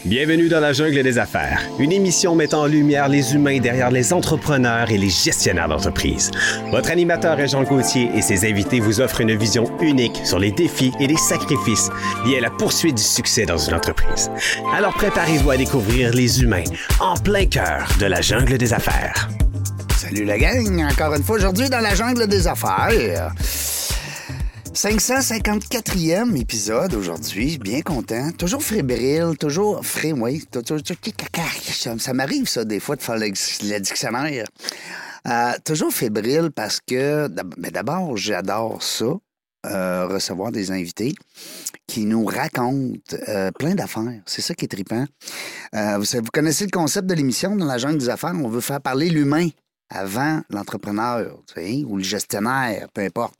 Bienvenue dans la jungle des affaires, une émission mettant en lumière les humains derrière les entrepreneurs et les gestionnaires d'entreprise. Votre animateur est Jean Gauthier et ses invités vous offrent une vision unique sur les défis et les sacrifices liés à la poursuite du succès dans une entreprise. Alors préparez-vous à découvrir les humains en plein cœur de la jungle des affaires. Salut la gang, encore une fois aujourd'hui dans la jungle des affaires. 554e épisode aujourd'hui, bien content. Toujours fébrile, toujours frais, oui. Ça m'arrive, ça, des fois, de faire le dictionnaire. Toujours fébrile parce que, d'abord, j'adore ça, recevoir des invités qui nous racontent plein d'affaires. C'est ça qui est trippant. Vous connaissez le concept de l'émission dans la jungle des affaires. On veut faire parler l'humain avant l'entrepreneur, tu sais, ou le gestionnaire, peu importe.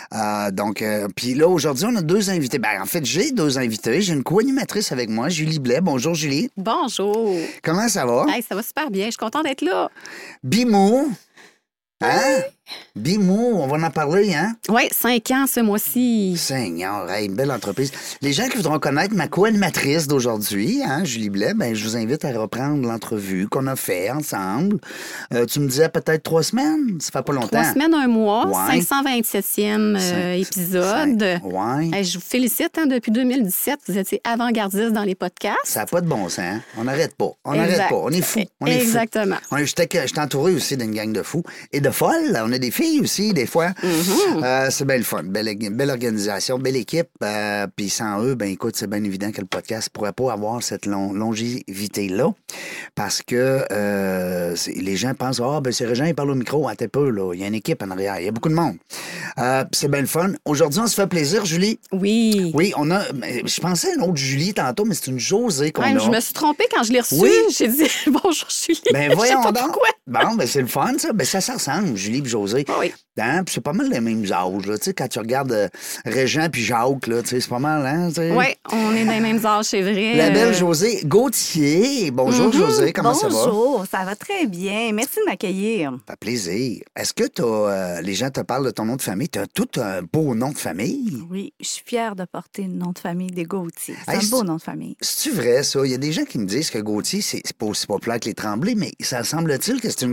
Puis là, aujourd'hui, on a deux invités. En fait, j'ai deux invités. J'ai une co-animatrice avec moi, Julie Blais. Bonjour, Julie. Bonjour. Comment ça va? Hey, ça va super bien. Je suis contente d'être là. Bimou. Hein? Bimou, on va en parler, hein? Oui, 5 ans ce mois-ci. Seigneur, hey, une belle entreprise. Les gens qui voudront connaître ma co-animatrice d'aujourd'hui, hein, Julie Blais, je vous invite à reprendre l'entrevue qu'on a fait ensemble. Tu me disais peut-être 3 semaines? Ça fait pas longtemps. 3 semaines, 1 mois, ouais. 527e épisode. Ouais. Hey, je vous félicite, hein, depuis 2017, vous étiez avant-gardiste dans les podcasts. Ça n'a pas de bon sens, hein? On n'arrête pas. On n'arrête pas. On est fous. Exactement. J'étais entouré aussi d'une gang de fous et de folles. On a des filles aussi, des fois. Mm-hmm. C'est bien le fun. Belle organisation, belle équipe. Puis sans eux, écoute, c'est bien évident que le podcast ne pourrait pas avoir cette longévité-là. Parce que les gens pensent, c'est Régent, il parle au micro. Attends peu, là. Il y a une équipe en arrière. Il y a beaucoup de monde. C'est bien le fun. Aujourd'hui, on se fait plaisir, Julie. Oui. Oui, on a. Je pensais à une autre Julie tantôt, mais c'est une Josée qu'on a. Je me suis trompée quand je l'ai reçue. Oui. J'ai dit bonjour, Julie. Voyons donc. Pourquoi. Bon, c'est le fun, ça. Ça ressemble, Julie et Josée. Oui. Hein? Puis c'est pas mal les mêmes âges, là. Tu sais, quand tu regardes Régent puis Jacques, là, tu sais, c'est pas mal, hein? Oui, on est dans les mêmes âges, c'est vrai. La belle Josée Gauthier. Bonjour, Josée. Comment ça va? Bonjour, ça va très bien. Merci de m'accueillir. Ça fait plaisir. Est-ce que les gens te parlent de ton nom de famille? Tu as tout un beau nom de famille? Oui, je suis fière de porter le nom de famille des Gauthier. C'est Hey, un beau nom de famille. C'est-tu vrai, ça? Il y a des gens qui me disent que Gauthier, c'est pas aussi populaire que les Tremblay, mais ça semble-t-il que c'est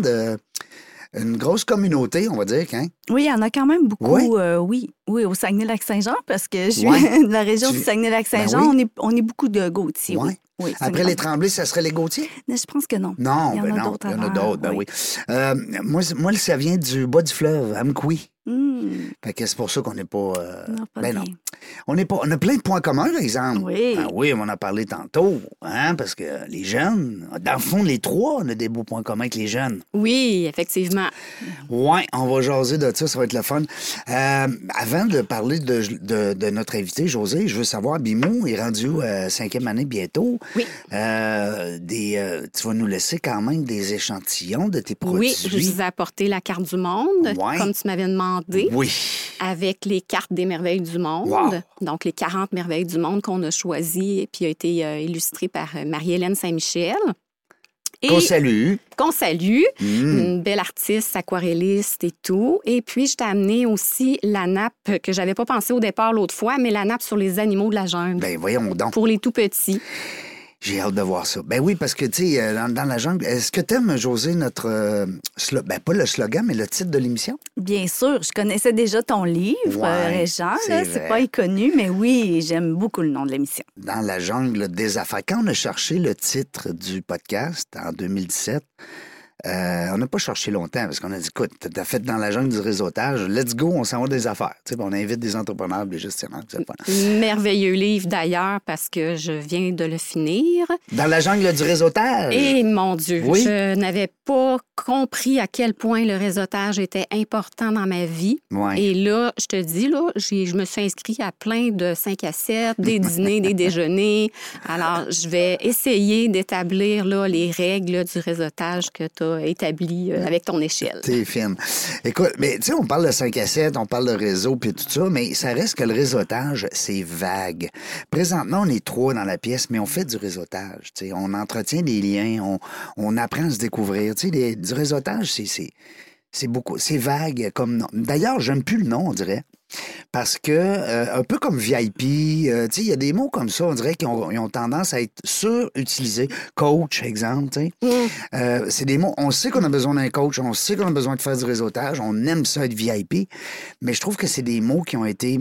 une grosse communauté, on va dire, hein? Oui, il y en a quand même beaucoup, oui? oui, au Saguenay-Lac-Saint-Jean, parce que je suis de la région du Saguenay-Lac-Saint-Jean. Oui. On est beaucoup de Gauthier, Ouais. oui. Après les Tremblay, ça serait les Gauthier? Mais je pense que non. Non, il y en a d'autres. Il y en a d'autres, oui. Moi, ça vient du bas du fleuve, Amqui. Fait que c'est pour ça qu'on n'est pas... Non, pas bien. non. On a plein de points communs, par exemple. Oui. Oui, on en a parlé tantôt, hein, parce que les jeunes, dans le fond, les trois, on a des beaux points communs avec les jeunes. Oui, effectivement. Oui, on va jaser de ça va être le fun. Avant de parler de notre invité, Josée, je veux savoir, Bimou est rendu 5e année bientôt. Oui. Tu vas nous laisser quand même des échantillons de tes produits. Oui, je vous ai apporté la carte du monde, Ouais. comme tu m'avais demandé. Oui. Avec les cartes des merveilles du monde. Wow. Donc, les 40 merveilles du monde qu'on a choisies et puis a été illustrées par Marie-Hélène Saint-Michel. Qu'on salue. Qu'on salue. Une belle artiste, aquarelliste et tout. Et puis, je t'ai amené aussi la nappe que j'avais pas pensé au départ l'autre fois, mais la nappe sur les animaux de la jungle. Voyons donc. Pour les tout petits. J'ai hâte de voir ça. Oui, parce que, tu sais, dans la jungle, est-ce que t'aimes, Josée, notre... pas le slogan, mais le titre de l'émission? Bien sûr, je connaissais déjà ton livre, Ouais, Régent. c'est C'est vrai. pas inconnu, mais oui, j'aime beaucoup le nom de l'émission. Dans la jungle des affaires. Quand on a cherché le titre du podcast en 2017, on n'a pas cherché longtemps parce qu'on a dit, écoute, t'as fait dans la jungle du réseautage, let's go, on s'en va des affaires. Tu sais, on invite des entrepreneurs, des gestionnaires. C'est le fun. Merveilleux livre d'ailleurs parce que je viens de le finir. Dans la jungle du réseautage. Et mon Dieu, Oui. je n'avais pas compris à quel point le réseautage était important dans ma vie. Ouais. Et là, je te dis, là, je me suis inscrite à plein de 5 à 7, des dîners, des déjeuners. Alors, je vais essayer d'établir là, les règles du réseautage que tu as établies avec ton échelle. T'es fine. Écoute, mais tu sais, on parle de 5 à 7, on parle de réseau puis tout ça, mais ça reste que le réseautage, c'est vague. Présentement, on est 3 dans la pièce, mais on fait du réseautage. Tu sais, on entretient des liens, on apprend à se découvrir. Tu sais, du réseautage, c'est vague comme nom. D'ailleurs, j'aime plus le nom, on dirait. Parce que, un peu comme VIP, tu sais, il y a des mots comme ça, on dirait qu'ils ont tendance à être surutilisés. Coach, exemple, tu sais. C'est des mots, on sait qu'on a besoin d'un coach, on sait qu'on a besoin de faire du réseautage, on aime ça être VIP, mais je trouve que c'est des mots qui ont été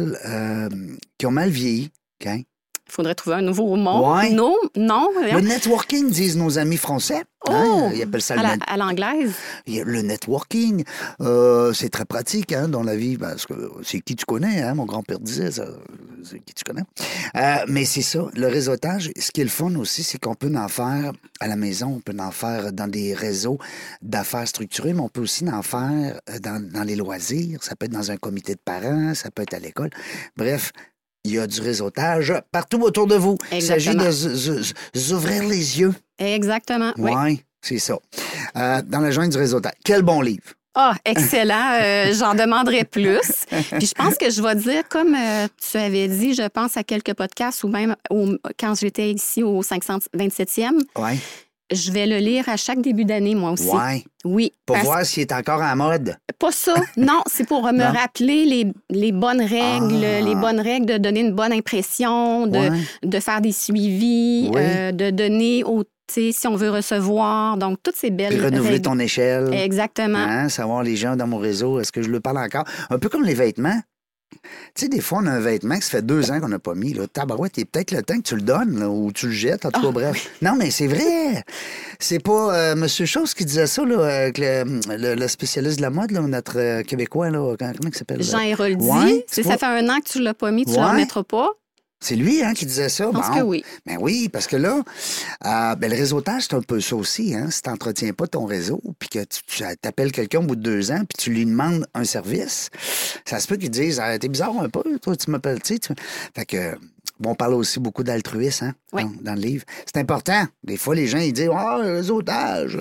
qui ont mal vieilli. OK? Il faudrait trouver un nouveau mot. Ouais. Non. Le networking, disent nos amis français. Ils appellent ça à l'anglaise. Le networking, c'est très pratique dans la vie, parce que c'est qui tu connais, hein? Mon grand-père disait ça, c'est qui tu connais. Mais c'est ça, le réseautage, ce qui est le fun aussi, c'est qu'on peut en faire à la maison, on peut en faire dans des réseaux d'affaires structurés, mais on peut aussi en faire dans les loisirs, ça peut être dans un comité de parents, ça peut être à l'école. Bref, il y a du réseautage partout autour de vous. Exactement. Il s'agit d'ouvrir les yeux. Exactement, oui. Oui, c'est ça. Dans la jungle du réseautage. Quel bon livre. Ah, excellent. J'en demanderai plus. Puis je pense que je vais dire, comme tu avais dit, je pense à quelques podcasts ou même quand j'étais ici au 527e. Oui. Je vais le lire à chaque début d'année, moi aussi. Ouais. Oui. Pour voir s'il est encore en mode. Pas ça. Non, c'est pour me rappeler les bonnes règles, les bonnes règles de donner une bonne impression, de faire des suivis, de donner si on veut recevoir. Donc, toutes ces belles Puis renouveler règles. ton échelle. Exactement. Hein, savoir les gens dans mon réseau, est-ce que je le parle encore? Un peu comme les vêtements. Tu sais, des fois, on a un vêtement que ça fait 2 ans qu'on n'a pas mis. Là. Tabarouette, il est peut-être le temps que tu le donnes là, ou tu le jettes. En tout cas, bref. Oui. Non, mais c'est vrai. C'est pas M. Chose qui disait ça, là, avec le spécialiste de la mode, là, notre Québécois. Là, comment il s'appelle? Jean Héroldi. Ouais, si ça fait 1 an que tu ne l'as pas mis, tu ne le remettras pas. C'est lui qui disait ça. Je pense que oui. Ben oui, parce que là, le réseautage, c'est un peu ça aussi. Hein? Si tu n'entretiens pas ton réseau, puis que tu appelles quelqu'un au bout de 2 ans, puis tu lui demandes un service, ça se peut qu'ils te disent t'es bizarre un peu, toi, tu m'appelles, tu sais. Fait que. Bon, on parle aussi beaucoup d'altruisme dans le livre. C'est important. Des fois, les gens, ils disent le réseautage.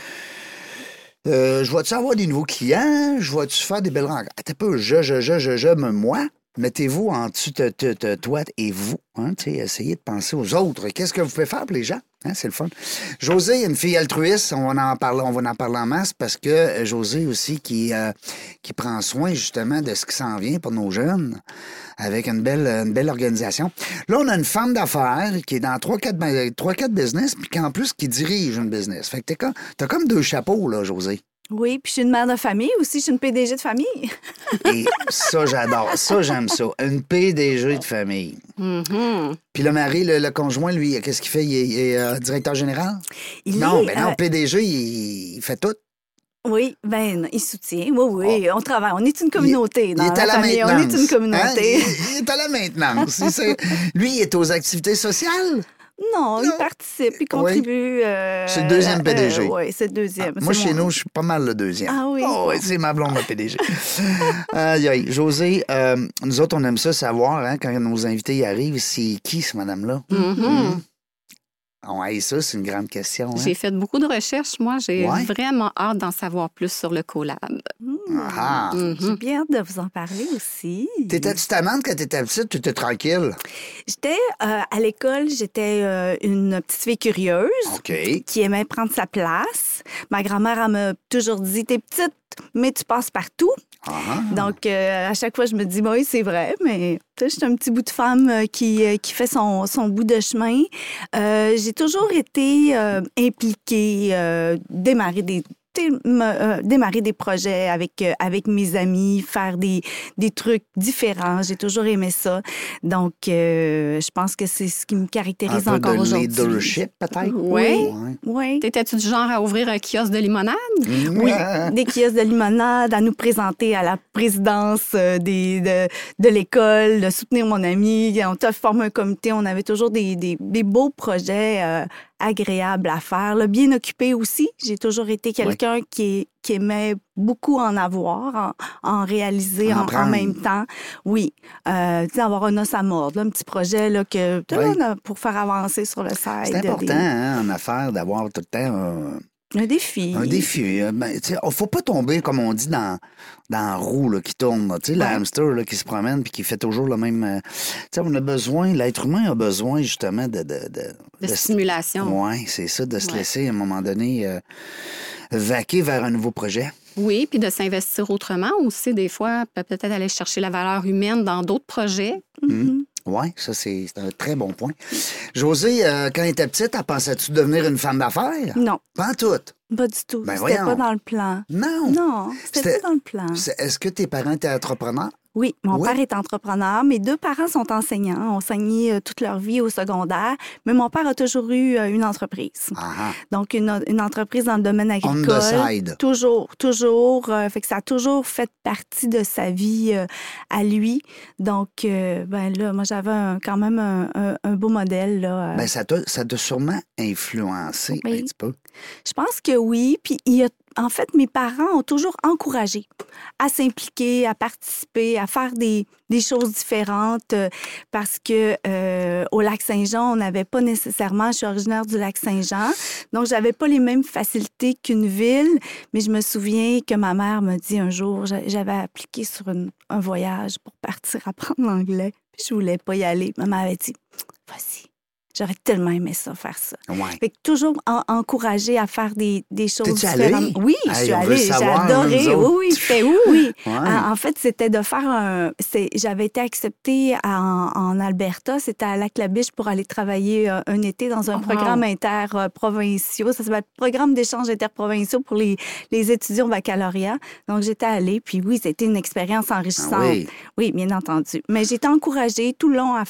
Je vais-tu avoir des nouveaux clients? Je vais-tu faire des belles rencontres? Attends un peu, moi. Mettez-vous en dessous de toi et vous. Hein, essayez de penser aux autres. Qu'est-ce que vous pouvez faire pour les gens? Hein, c'est le fun. Josée, une fille altruiste, on va en parler en masse parce que Josée aussi qui prend soin justement de ce qui s'en vient pour nos jeunes avec une belle organisation. Là, on a une femme d'affaires qui est dans 3-4 business puis qu'en plus qui dirige une business. Fait que t'as comme 2 chapeaux, là, Josée. Oui, puis je suis une mère de famille aussi, je suis une PDG de famille. Et ça, j'adore. Ça, j'aime ça. Une PDG de famille. Mm-hmm. Puis le mari, le conjoint, lui, qu'est-ce qu'il fait? Il est directeur général? Non, PDG, il fait tout. Oui, il soutient. Oui, on travaille. On est une communauté dans la famille. On est une communauté. Hein? Il est à la maintenance. Lui, il est aux activités sociales? Non, il participe, il contribue. C'est le deuxième PDG. Oui, c'est le deuxième. Moi, chez nous, je suis pas mal le deuxième. Ah oui? Oh, oui, c'est ma blonde, ma PDG. Josée, nous autres, on aime ça savoir, hein, quand nos invités y arrivent, c'est qui, cette madame-là? Mm-hmm. Ouais, ça, c'est une grande question. Hein? J'ai fait beaucoup de recherches. Moi, j'ai vraiment hâte d'en savoir plus sur le collab. J'ai bien hâte de vous en parler aussi. T'étais-tu tannante quand t'étais petite? Tu étais tranquille? J'étais à l'école, j'étais une petite fille curieuse qui aimait prendre sa place. Ma grand-mère, elle m'a toujours dit, t'es petite, mais tu passes partout. Donc, à chaque fois, je me dis, oui, c'est vrai, mais je suis un petit bout de femme qui fait son bout de chemin. J'ai toujours été impliquée, démarrer des projets avec mes amis, faire des trucs différents. J'ai toujours aimé ça. Donc, je pense que c'est ce qui me caractérise encore aujourd'hui. Un peu de leadership, peut-être? Oui. T'étais-tu du genre à ouvrir un kiosque de limonade? Oui, des kiosques de limonade, à nous présenter à la présidence de l'école, de soutenir mon ami. On a formé un comité. On avait toujours des beaux projets agréable à faire. Là, bien occupé aussi. J'ai toujours été quelqu'un qui aimait beaucoup en avoir, en réaliser en même temps. Oui. Avoir un os à mordre, là, un petit projet là, pour faire avancer sur le site. C'est important en affaires d'avoir tout le temps un défi. Un défi. Il ne faut pas tomber, comme on dit, dans la roue là, qui tourne. Tu sais, le hamster là, qui se promène puis qui fait toujours le même... on a besoin, l'être humain a besoin justement de stimulation. Oui, c'est ça, de se laisser à un moment donné vaquer vers un nouveau projet. Oui, puis de s'investir autrement aussi, des fois, peut-être aller chercher la valeur humaine dans d'autres projets. Oui, ça, c'est un très bon point. Josée, quand elle était petite, elle pensait-tu devenir une femme d'affaires? Non. Pas en tout. Pas du tout. Ben C'était voyons. pas dans le plan. Non. Non, c'était pas dans le plan. Est-ce que tes parents étaient entrepreneurs? Oui, mon père est entrepreneur. Mes 2 parents sont enseignants, ont enseigné toute leur vie au secondaire, mais mon père a toujours eu une entreprise. Ah. Donc, une entreprise dans le domaine agricole. On the side. Toujours. Fait que ça a toujours fait partie de sa vie à lui. Donc, là, moi, j'avais quand même un beau modèle. Là, Ben, ça t'a sûrement influencé un petit peu. Je pense que oui. Puis, en fait, mes parents ont toujours encouragé à s'impliquer, à participer, à faire des choses différentes parce que au Lac-Saint-Jean, on n'avait pas nécessairement, je suis originaire du Lac-Saint-Jean, donc j'avais pas les mêmes facilités qu'une ville, mais je me souviens que ma mère me dit un jour, j'avais appliqué sur un voyage pour partir apprendre l'anglais, puis je voulais pas y aller. Ma mère avait dit, vas-y. J'aurais tellement aimé ça, faire ça. Ouais. Fait que toujours encouragé à faire des choses T'es-tu différentes. allée? Oui, je suis On veut allée. J'ai savoir, adoré. nous autres. Oui, c'était où? Oui. Ouais. En fait, c'était de faire j'avais été acceptée en Alberta. C'était à Lac-la-Biche pour aller travailler un été dans un programme interprovincial. Ça s'appelle Programme d'échange interprovinciaux pour les étudiants au baccalauréat. Donc, j'étais allée. Puis oui, c'était une expérience enrichissante. Ah oui. Oui, bien entendu. Mais j'étais encouragée tout le long à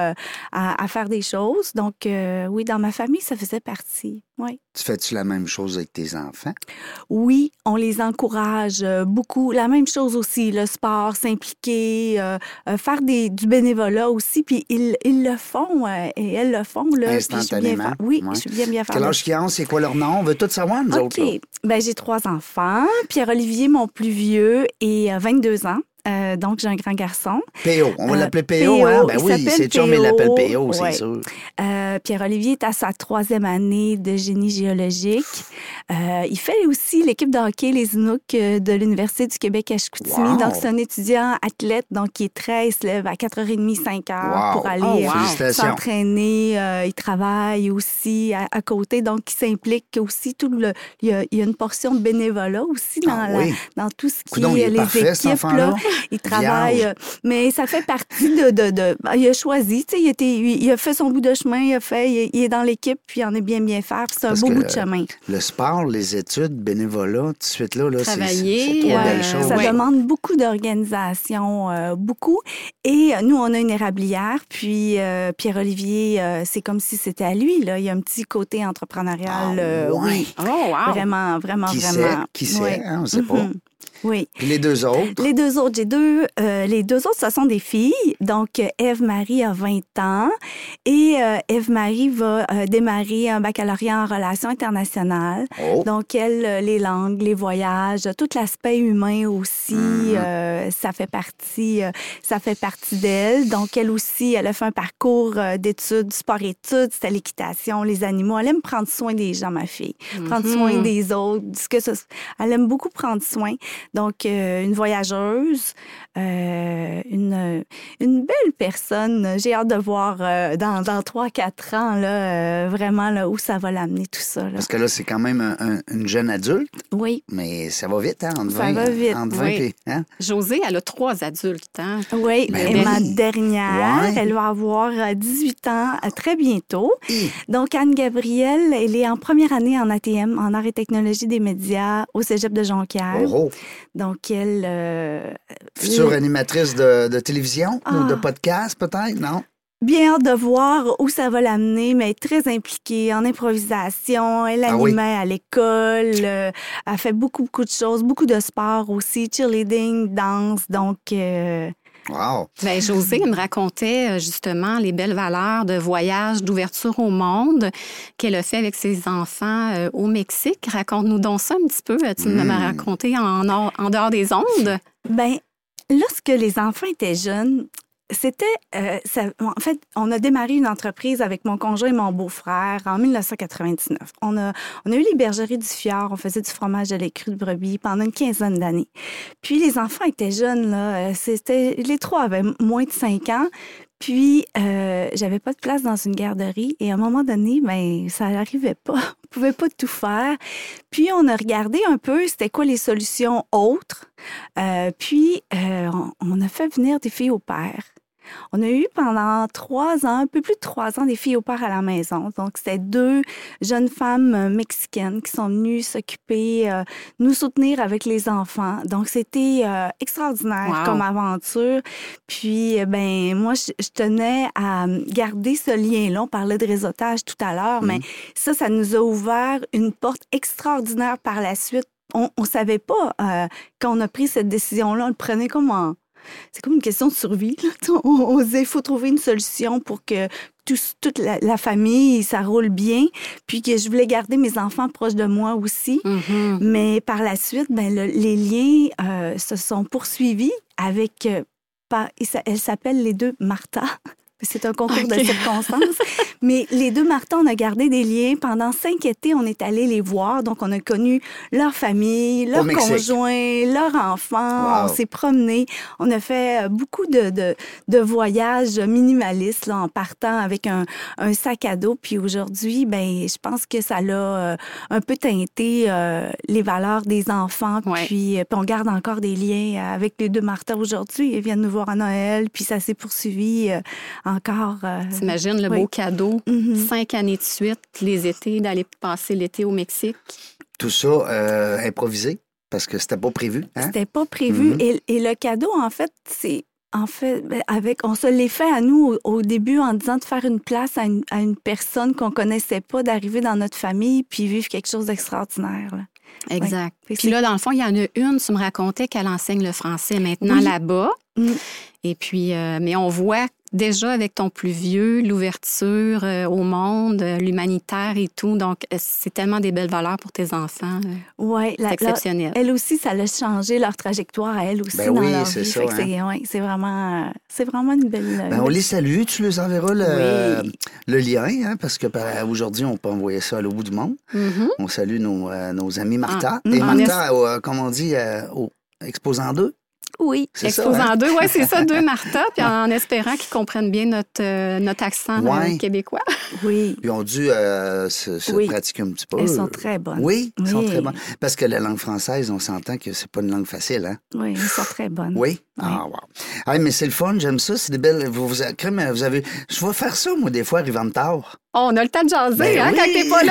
faire des choses. Donc, oui, dans ma famille, ça faisait partie. Oui. Tu fais-tu la même chose avec tes enfants? Oui, on les encourage beaucoup. La même chose aussi, le sport, s'impliquer, faire du bénévolat aussi. Puis ils le font et elles le font. Là, instantanément. Oui, je suis bien faire. Quel âge qu'ils ont? C'est quoi leur nom? On veut tout savoir, nous autres. OK. Ben, j'ai 3 enfants. Pierre-Olivier, mon plus vieux, est 22 ans. Donc, j'ai un grand garçon. P.O. On va l'appeler P.O., hein? Ben oui, c'est sûr, mais il l'appelle P.O., c'est sûr. Pierre-Olivier est à sa 3e année de génie géologique. Il fait aussi l'équipe de hockey Les Inuks de l'Université du Québec à Chicoutimi. Wow. Donc, c'est un étudiant athlète, donc qui est il se lève à 4h30, 5h pour aller s'entraîner. Il travaille aussi à côté, donc il s'implique aussi. Il y a une portion de bénévolat aussi dans tout ce qui est les équipes. Là. Il travaille, mais ça fait partie il a choisi, tu sais, il a fait son bout de chemin, il est dans l'équipe, puis il en est bien faire. C'est un beau bout de chemin. Le sport, les études, bénévolat, tout de suite là, travailler, c'est trois belles choses. Ça demande beaucoup d'organisation, beaucoup. Et nous, on a une érablière, puis Pierre-Olivier, c'est comme si c'était à lui, là. Il y a un petit côté entrepreneurial. Oui. Oh, wow. Vraiment. Qui sait, hein, on ne sait pas. Oui. Puis les 2 autres? Les 2 autres, les 2 autres, ce sont des filles. Donc, Ève-Marie a 20 ans et Ève-Marie va démarrer un baccalauréat en relations internationales. Oh. Donc, elle, les langues, les voyages, tout l'aspect humain aussi, ça fait partie d'elle. Donc, elle aussi, elle a fait un parcours d'études, sport-études, c'était l'équitation, les animaux. Elle aime prendre soin des gens, ma fille. Prendre soin des autres. Elle aime beaucoup prendre soin. Donc, une voyageuse, une belle personne. J'ai hâte de voir dans 3-4 ans, là, vraiment, là, où ça va l'amener, tout ça. Là. Parce que là, c'est quand même une jeune adulte. Oui. Mais ça va vite, hein? Ça va vite. Entre 20 et, hein? Josée, elle a 3 adultes, hein? Oui, et ma dernière, elle va avoir 18 ans très bientôt. Donc, Anne-Gabrielle, elle est en première année en ATM, en Arts et technologies des médias, au Cégep de Jonquière. Oh. Donc, elle... Future animatrice de télévision ou de podcast, peut-être, non? Bien hâte de voir où ça va l'amener, mais très impliquée en improvisation. Elle animait à l'école. Elle fait beaucoup de choses, beaucoup de sport aussi, cheerleading, danse. Donc... Wow! Bien, Josée me racontait justement les belles valeurs de voyage, d'ouverture au monde qu'elle a fait avec ses enfants au Mexique. Raconte-nous donc ça un petit peu. Tu m'as raconté en dehors des ondes. Bien, lorsque les enfants étaient jeunes, c'était... en fait, on a démarré une entreprise avec mon conjoint et mon beau-frère en 1999. On a eu les bergeries du Fjord. On faisait du fromage de lait cru de brebis pendant une 15aine d'années. Puis les enfants étaient jeunes, là. Les 3 avaient moins de 5 ans. Puis, j'avais pas de place dans une garderie. Et à un moment donné, ben ça n'arrivait pas. On pouvait pas tout faire. Puis, on a regardé un peu c'était quoi les solutions autres. Puis, on a fait venir des filles au pair. On a eu pendant 3 ans, un peu plus de 3 ans, des filles au pair à la maison. Donc, c'était 2 jeunes femmes mexicaines qui sont venues s'occuper, nous soutenir avec les enfants. Donc, c'était extraordinaire comme aventure. Puis, ben moi, je tenais à garder ce lien-là. On parlait de réseautage tout à l'heure, mais ça nous a ouvert une porte extraordinaire par la suite. On ne savait pas, quand on a pris cette décision-là, on le prenait comme c'est comme une question de survie. Là. On disait, il faut trouver une solution pour que toute la famille, ça roule bien. Puis que je voulais garder mes enfants proches de moi aussi. Mm-hmm. Mais par la suite, ben, les liens se sont poursuivis avec... elle s'appelle les 2 Martha. C'est un concours de circonstances. Mais les 2 Martha, on a gardé des liens. Pendant 5 étés, on est allé les voir. Donc, on a connu leur famille, leurs conjoints, leurs enfants. Wow. On s'est promenés. On a fait beaucoup de voyages minimalistes là, en partant avec un sac à dos. Puis aujourd'hui, ben, je pense que ça l'a un peu teinté les valeurs des enfants. Ouais. Puis on garde encore des liens avec les 2 Martha aujourd'hui. Ils viennent nous voir à Noël. Puis ça s'est poursuivi encore. T'imagines le beau cadeau, 5 années de suite, les étés, d'aller passer l'été au Mexique. Tout ça improvisé, parce que c'était pas prévu. Hein? C'était pas prévu. Et le cadeau, en fait, on se l'est fait à nous au début en disant de faire une place à une personne qu'on connaissait pas, d'arriver dans notre famille puis vivre quelque chose d'extraordinaire. Là. Exact. Ouais. Puis là, dans le fond, il y en a une, tu me racontais qu'elle enseigne le français maintenant là-bas. Et puis, mais on voit déjà avec ton plus vieux, l'ouverture au monde, l'humanitaire et tout. Donc, c'est tellement des belles valeurs pour tes enfants. Oui, c'est exceptionnel. Elle aussi, ça a changé leur trajectoire à elle aussi dans leur vie. Ça, c'est vraiment une belle... on les salue. Tu leur enverras le lien, hein, parce que aujourd'hui, on peut envoyer ça à l'autre bout du monde. Mm-hmm. On salue nos amis Martha. Et Martha, comme on dit, exposant 2. Oui, exposant 2, oui, c'est ça, 2 Martha, puis en espérant qu'ils comprennent bien notre accent québécois. Oui. Puis ont dû se pratiquer un petit peu. Elles sont très bonnes. Oui, elles sont très bonnes. Parce que la langue française, on s'entend que c'est pas une langue facile, hein? Oui, elles sont très bonnes. Oui? Ah, wow. Ah, mais c'est le fun, j'aime ça, c'est des belles... Vous avez... Je vais faire ça, moi, des fois, arrivant tard. Oh, on a le temps de jaser, quand t'es pas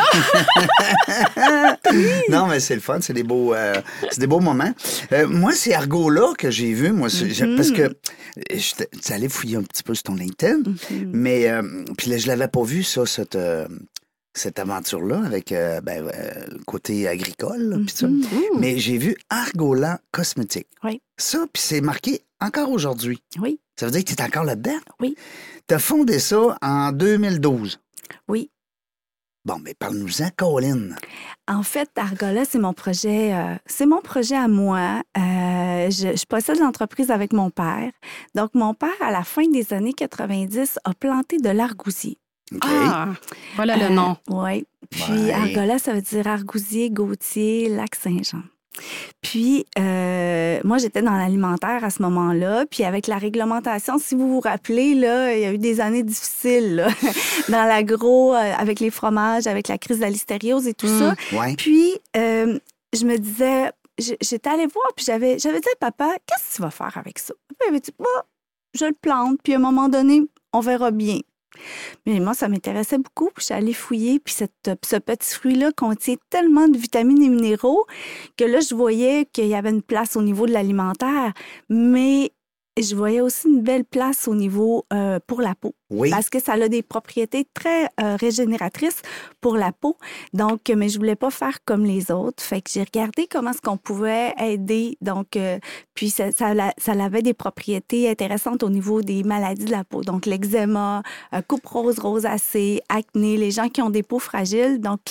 là. Non, mais c'est le fun, c'est des beaux moments. Moi, c'est Argola que j'ai vu, moi, parce que tu allais fouiller un petit peu sur ton LinkedIn, mais puis là, je l'avais pas vu, ça, cette aventure-là, avec côté agricole, puis ça. Mais j'ai vu Argola Cosmétique. Oui. Ça, puis c'est marqué encore aujourd'hui. Oui. Ça veut dire que tu es encore là-dedans? Oui. Tu as fondé ça en 2012. Oui. Bon, mais parle-nous-en, Colin. En fait, Argola, c'est mon projet à moi. Je possède l'entreprise avec mon père. Donc, mon père, à la fin des années 90, a planté de l'argousier. Okay. Ah, voilà le nom. Oui. Puis, Argola, ça veut dire Argousier, Gautier, Lac-Saint-Jean. Puis, moi, j'étais dans l'alimentaire à ce moment-là. Puis, avec la réglementation, si vous vous rappelez, là, il y a eu des années difficiles là, dans l'agro, avec les fromages, avec la crise de la listériose et tout ça. Ouais. Puis, je me disais, j'étais allée voir, puis j'avais dit à papa, qu'est-ce que tu vas faire avec ça? Papa avait dit, je le plante, puis à un moment donné, on verra bien. Mais moi, ça m'intéressait beaucoup. Puis je suis allée fouiller. Puis ce petit fruit-là contient tellement de vitamines et minéraux que là, je voyais qu'il y avait une place au niveau de l'alimentaire. Mais je voyais aussi une belle place au niveau pour la peau. Oui. Parce que ça a des propriétés très régénératrices pour la peau. Donc, mais je voulais pas faire comme les autres. Fait que j'ai regardé comment est-ce qu'on pouvait aider. Donc, puis ça avait des propriétés intéressantes au niveau des maladies de la peau. Donc, l'eczéma, coupe rose, rosacée, acné, les gens qui ont des peaux fragiles. Donc,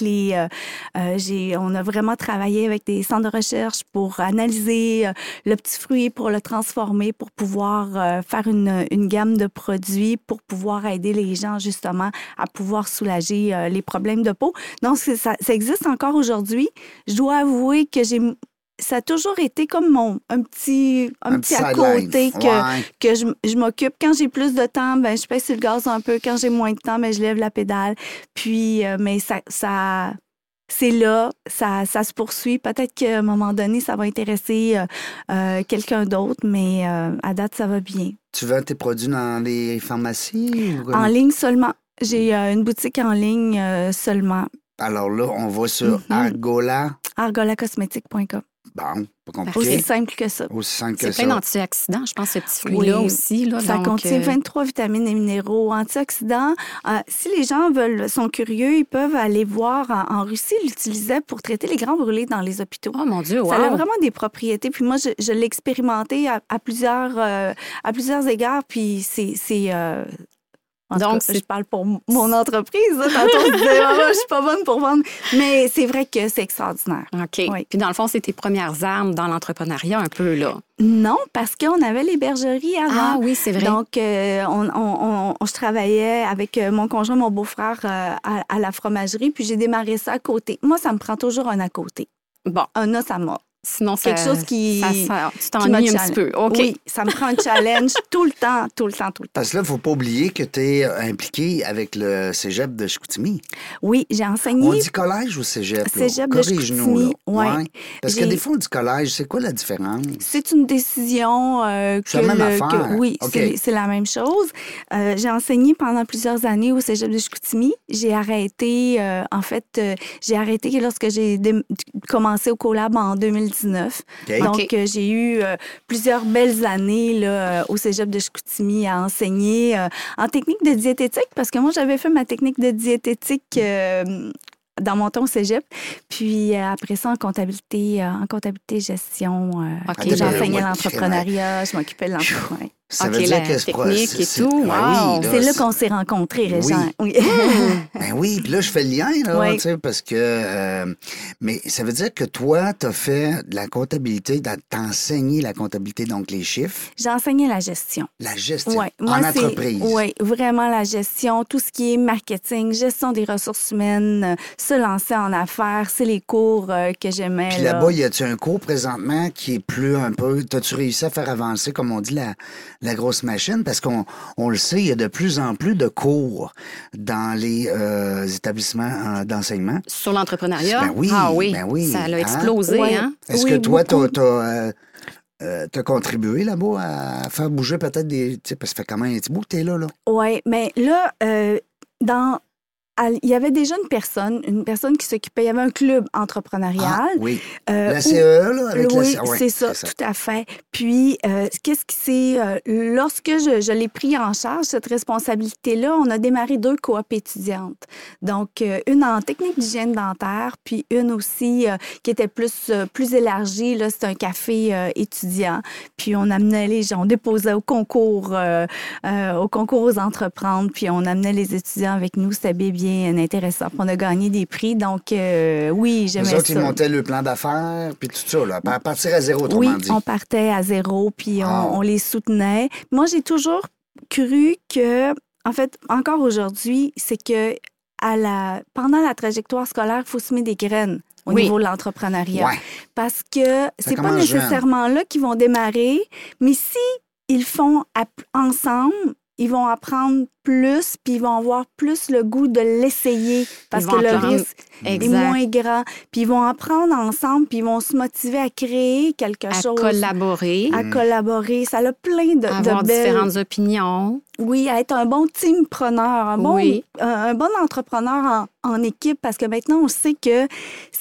on a vraiment travaillé avec des centres de recherche pour analyser le petit fruit, pour le transformer, pour pouvoir faire une gamme de produits, pour pouvoir aider les gens, justement, à pouvoir soulager les problèmes de peau. Donc, ça existe encore aujourd'hui. Je dois avouer que j'ai ça a toujours été comme un petit à côté que je m'occupe. Quand j'ai plus de temps, ben je pèse sur le gaz un peu. Quand j'ai moins de temps, ben je lève la pédale. Puis, mais ça c'est là, ça se poursuit. Peut-être qu'à un moment donné, ça va intéresser quelqu'un d'autre, mais à date, ça va bien. Tu vends tes produits dans les pharmacies? En ligne seulement. J'ai une boutique en ligne seulement. Alors là, on va sur argolacosmétique.com. Bon, pas compliqué. Aussi simple que ça. Aussi simple que ça. C'est plein d'antioxydants, je pense, ce petit fruit-là aussi. Là, ça donc, contient 23 vitamines et minéraux, antioxydants. Si les gens sont curieux, ils peuvent aller voir. En Russie, ils l'utilisaient pour traiter les grands brûlés dans les hôpitaux. Oh mon Dieu, wow! Ça a vraiment des propriétés. Puis moi, je l'ai expérimenté à plusieurs égards. Puis c'est donc, je parle pour mon entreprise. Tantôt, je disais, je suis pas bonne pour vendre. Mais c'est vrai que c'est extraordinaire. OK. Oui. Puis dans le fond, c'est tes premières armes dans l'entrepreneuriat un peu, là. Non, parce qu'on avait les bergeries avant. Ah oui, c'est vrai. Donc, je travaillais avec mon conjoint, mon beau-frère, à la fromagerie. Puis j'ai démarré ça à côté. Moi, ça me prend toujours un à côté. Bon. Un os à mort. Sinon, quelque chose qui... tu t'ennuies un petit peu. OK. Oui, ça me prend un challenge tout le temps. Parce que là, il ne faut pas oublier que tu es impliqué avec le cégep de Chicoutimi. Oui, j'ai enseigné... On dit collège ou cégep? Cégep de Chicoutimi, oui. Parce que des fois, on dit collège. C'est quoi la différence? C'est une décision c'est la même affaire. Oui, okay. c'est la même chose. J'ai enseigné pendant plusieurs années au cégep de Chicoutimi. J'ai arrêté, lorsque j'ai commencé au collab en 2019. Okay. Donc, j'ai eu plusieurs belles années là, au cégep de Chicoutimi à enseigner en technique de diététique, parce que moi, j'avais fait ma technique de diététique dans mon temps au cégep. Puis après ça, en comptabilité gestion. J'enseignais l'entrepreneuriat, je m'occupais de l'entrepreneuriat. Ça veut dire que technique et tout. Wow. Oui, c'est là qu'on s'est rencontrés, Régent. Oui. Ben oui, puis là, je fais le lien, là, tu sais, parce que... mais ça veut dire que toi, tu as fait de la comptabilité, t'as enseigné la comptabilité, donc les chiffres. J'ai enseigné la gestion. La gestion, ouais. en entreprise. Oui, vraiment la gestion, tout ce qui est marketing, gestion des ressources humaines, se lancer en affaires, c'est les cours que j'aimais. Puis là-bas, y a-tu un cours présentement qui est plus un peu... T'as-tu réussi à faire avancer, comme on dit, la grosse machine, parce qu'on le sait, il y a de plus en plus de cours dans les établissements d'enseignement. Sur l'entrepreneuriat? Ben oui, ah oui, ben oui. Ça a explosé, ouais. hein? Est-ce que toi, t'as contribué là-bas à faire bouger peut-être des... Tu sais, parce que ça fait quand même un petit bout que t'es là. Oui, mais là, il y avait déjà une personne qui s'occupait, il y avait un club entrepreneurial. Ah, oui. La CE, là, avec oui, la CE. c'est ça, tout à fait. Puis, qu'est-ce qui s'est... lorsque je l'ai pris en charge, cette responsabilité-là, on a démarré 2 coop étudiantes. Donc, une en technique d'hygiène dentaire, puis une aussi qui était plus élargie. Là, c'est un café étudiant. Puis, on amenait les gens, on déposait au concours aux entreprendre, puis on amenait les étudiants avec nous. C'était bien intéressant. On a gagné des prix, donc oui, j'aimais ça. Les autres, ils montaient le plan d'affaires, puis tout ça, là, à partir à zéro, autrement dit. Oui, on partait à zéro, puis on les soutenait. Moi, j'ai toujours cru que, en fait, encore aujourd'hui, c'est que pendant la trajectoire scolaire, il faut semer des graines au niveau de l'entrepreneuriat. Ouais. Parce que c'est pas nécessairement là qu'ils vont démarrer, mais si ils font ensemble, ils vont apprendre plus, puis ils vont avoir plus le goût de l'essayer parce que le risque est moins grand. Puis ils vont apprendre ensemble, puis ils vont se motiver à créer quelque chose. À collaborer. À collaborer. Ça a plein de avoir différentes opinions. Oui, à être un bon teampreneur, un bon entrepreneur en équipe, parce que maintenant, on sait que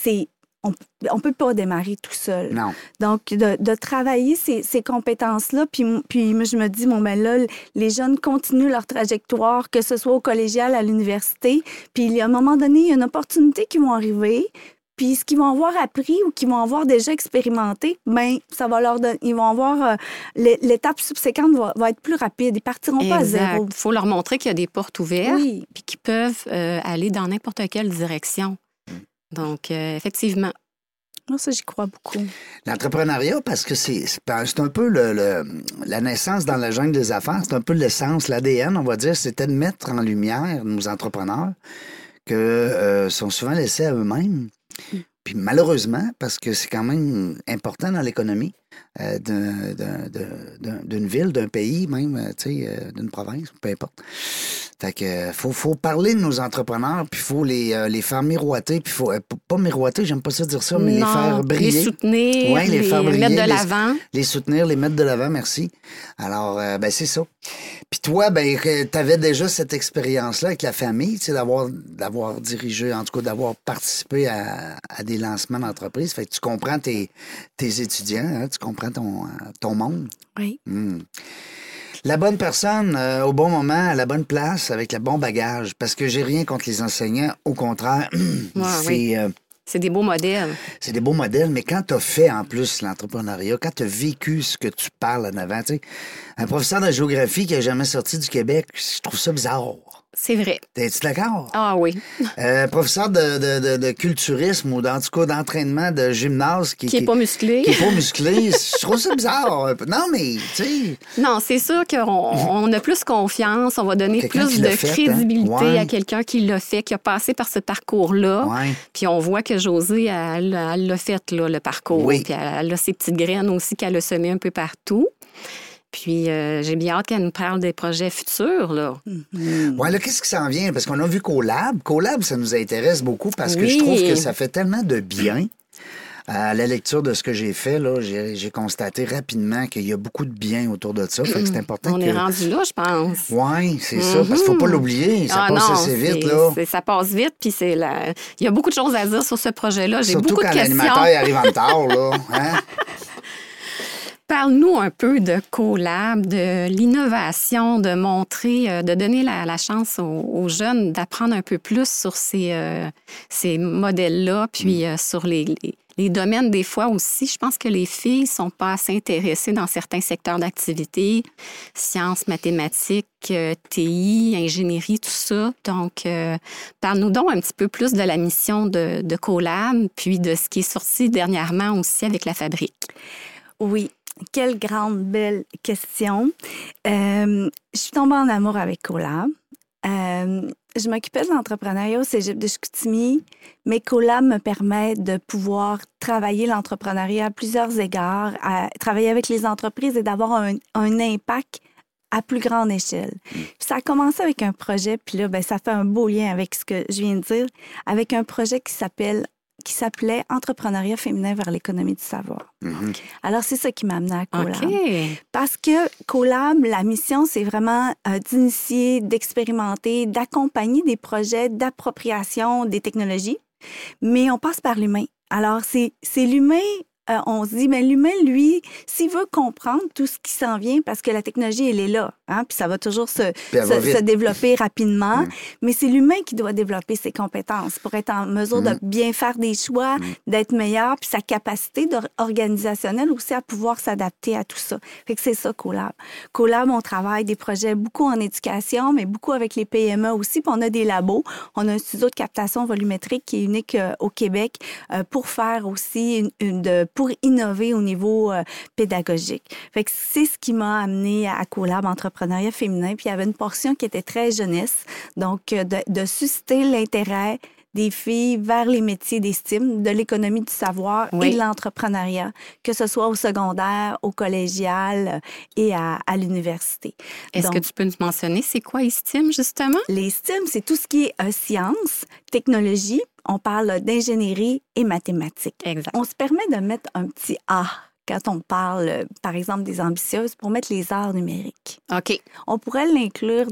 on peut pas démarrer tout seul. Non. Donc, de travailler ces compétences-là, puis je me dis, là, les jeunes continuent leur trajectoire, que ce soit au collégial, à l'université, puis à un moment donné, il y a une opportunité qui vont arriver, puis ce qu'ils vont avoir appris ou qu'ils vont avoir déjà expérimenté, bien, ça va leur donner, ils vont avoir... l'étape subséquente va être plus rapide. Ils partiront pas à zéro. Il faut leur montrer qu'il y a des portes ouvertes, oui, puis qu'ils peuvent aller dans n'importe quelle direction. Donc, effectivement. Moi, ça, j'y crois beaucoup. L'entrepreneuriat, parce que c'est un peu la naissance dans la jungle des affaires, c'est un peu l'essence, l'ADN, on va dire, c'était de mettre en lumière nos entrepreneurs qui sont souvent laissés à eux-mêmes. Puis malheureusement, parce que c'est quand même important dans l'économie d'une ville, d'un pays même, d'une province, peu importe. Fait que faut parler de nos entrepreneurs, puis il faut les faire miroiter, puis faut pas miroiter, j'aime pas ça dire ça, mais les faire briller. Les soutenir, ouais, les faire briller, mettre de l'avant. Les soutenir, les mettre de l'avant, merci. Alors, c'est ça. Puis toi, t'avais déjà cette expérience-là avec la famille, d'avoir dirigé, en tout cas, d'avoir participé à des lancements d'entreprise. Fait que tu comprends tes étudiants, hein, tu comprends ton monde. Oui. La bonne personne au bon moment, à la bonne place, avec le bon bagage. Parce que j'ai rien contre les enseignants. Au contraire, c'est des beaux modèles. C'est des beaux modèles, mais quand tu as fait en plus l'entrepreneuriat, quand tu as vécu ce que tu parles en avant, un professeur de géographie qui n'a jamais sorti du Québec, je trouve ça bizarre. C'est vrai. T'es-tu d'accord? Ah oui. Professeur de culturisme ou en tout cas d'entraînement de gymnase qui est pas musclé. Qui est pas musclé. Je trouve ça bizarre. Non, mais tu sais. Non, c'est sûr qu'on a plus confiance. On va donner plus de crédibilité à quelqu'un qui l'a fait, qui a passé par ce parcours-là. Ouais. Puis on voit que Josée, elle l'a fait, là, le parcours. Oui. Puis elle a ses petites graines aussi qu'elle a semées un peu partout. Puis, j'ai bien hâte qu'elle nous parle des projets futurs, là. Oui, là, qu'est-ce qui s'en vient? Parce qu'on a vu Collab. Collab, ça nous intéresse beaucoup parce que je trouve que ça fait tellement de bien. À la lecture de ce que j'ai fait, là, j'ai constaté rapidement qu'il y a beaucoup de bien autour de ça. Fait que c'est important On est rendu là, je pense. Oui, c'est ça. Parce qu'il ne faut pas l'oublier. Ça passe assez vite, là. Ça passe vite, puis il y a beaucoup de choses à dire sur ce projet-là. J'ai surtout beaucoup de questions. Surtout quand l'animateur arrive en retard, là. Hein? Parle-nous un peu de Collab, de l'innovation, de montrer, de donner la chance aux jeunes d'apprendre un peu plus sur ces modèles-là, puis sur les domaines des fois aussi. Je pense que les filles ne sont pas assez intéressées dans certains secteurs d'activité, sciences, mathématiques, TI, ingénierie, tout ça. Donc, parle-nous donc un petit peu plus de la mission de Collab, puis de ce qui est sorti dernièrement aussi avec la Fabrique. Oui. Quelle grande, belle question. Je suis tombée en amour avec Collab. Je m'occupais de l'entrepreneuriat au Cégep de Chicoutimi, mais Collab me permet de pouvoir travailler l'entrepreneuriat à plusieurs égards, à travailler avec les entreprises et d'avoir un impact à plus grande échelle. Puis ça a commencé avec un projet, puis là, ça fait un beau lien avec ce que je viens de dire, avec un projet qui s'appelait Entrepreneuriat féminin vers l'économie du savoir. Mm-hmm. Alors, c'est ça qui m'a amenée à Collab. Okay. Parce que Collab, la mission, c'est vraiment d'initier, d'expérimenter, d'accompagner des projets d'appropriation des technologies, mais on passe par l'humain. Alors, c'est l'humain. On se dit, mais l'humain, lui, s'il veut comprendre tout ce qui s'en vient, parce que la technologie, elle est là, hein, puis ça va toujours se développer rapidement, mais c'est l'humain qui doit développer ses compétences pour être en mesure de bien faire des choix, d'être meilleur, puis sa capacité organisationnelle aussi à pouvoir s'adapter à tout ça. Fait que c'est ça, Collab. Collab, on travaille des projets beaucoup en éducation, mais beaucoup avec les PME aussi, puis on a des labos. On a un studio de captation volumétrique qui est unique au Québec pour faire aussi pour innover au niveau pédagogique. Fait que c'est ce qui m'a amené à Collab Entrepreneuriat féminin. Puis il y avait une portion qui était très jeunesse, donc de susciter l'intérêt des filles vers les métiers des STEM, de l'économie du savoir et de l'entrepreneuriat, que ce soit au secondaire, au collégial et à l'université. Est-ce que tu peux nous mentionner c'est quoi les STEM, justement? Les STEM, c'est tout ce qui est sciences, technologie. On parle d'ingénierie et mathématiques. Exact. On se permet de mettre un petit A quand on parle, par exemple, des ambitieuses, pour mettre les arts numériques. OK. On pourrait l'inclure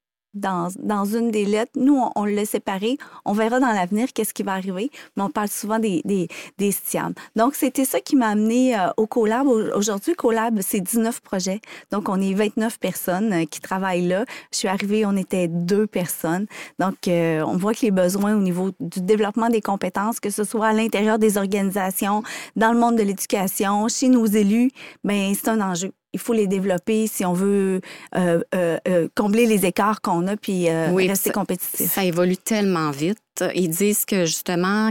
dans une des lettres. Nous, on l'a séparé. On verra dans l'avenir qu'est-ce qui va arriver, mais on parle souvent des STEM. Donc, c'était ça qui m'a amené au Collab. Aujourd'hui, Collab, c'est 19 projets. Donc, on est 29 personnes qui travaillent là. Je suis arrivée, on était 2 personnes. Donc, on voit que les besoins au niveau du développement des compétences, que ce soit à l'intérieur des organisations, dans le monde de l'éducation, chez nos élus, bien, c'est un enjeu. Il faut les développer si on veut combler les écarts qu'on a puis rester compétitif. Ça évolue tellement vite. Ils disent que, justement,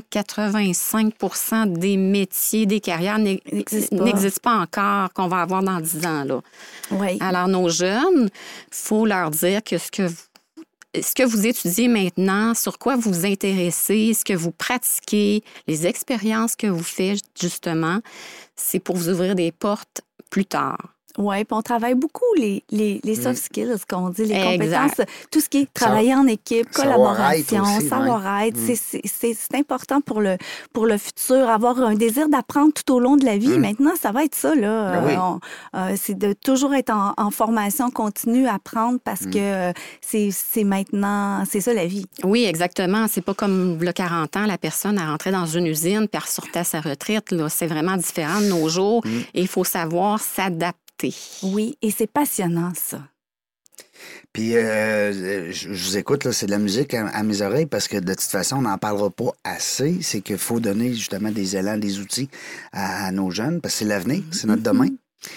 85% des métiers, des carrières n'existent pas encore, qu'on va avoir dans 10 ans. Là. Oui. Alors, nos jeunes, il faut leur dire que ce que vous étudiez maintenant, sur quoi vous vous intéressez, ce que vous pratiquez, les expériences que vous faites, justement, c'est pour vous ouvrir des portes plus tard. Oui, puis on travaille beaucoup les soft skills, qu'on dit, les compétences, Exact. tout ce qui est travailler en équipe, collaboration, savoir-être savoir-être. C'est important pour le futur, avoir un désir d'apprendre tout au long de la vie. Maintenant, ça va être ça, là. C'est de toujours être en formation continue, apprendre, parce que c'est maintenant, c'est ça la vie. Oui, exactement. C'est pas comme il y a 40 ans, la personne a rentré dans une usine puis elle ressortait à sa retraite. Là. C'est vraiment différent de nos jours et il faut savoir s'adapter. Oui, et c'est passionnant, ça. Puis, je vous écoute, là, c'est de la musique à mes oreilles parce que de toute façon, on n'en parlera pas assez. C'est qu'il faut donner justement des élans, des outils à nos jeunes parce que c'est l'avenir, c'est notre demain.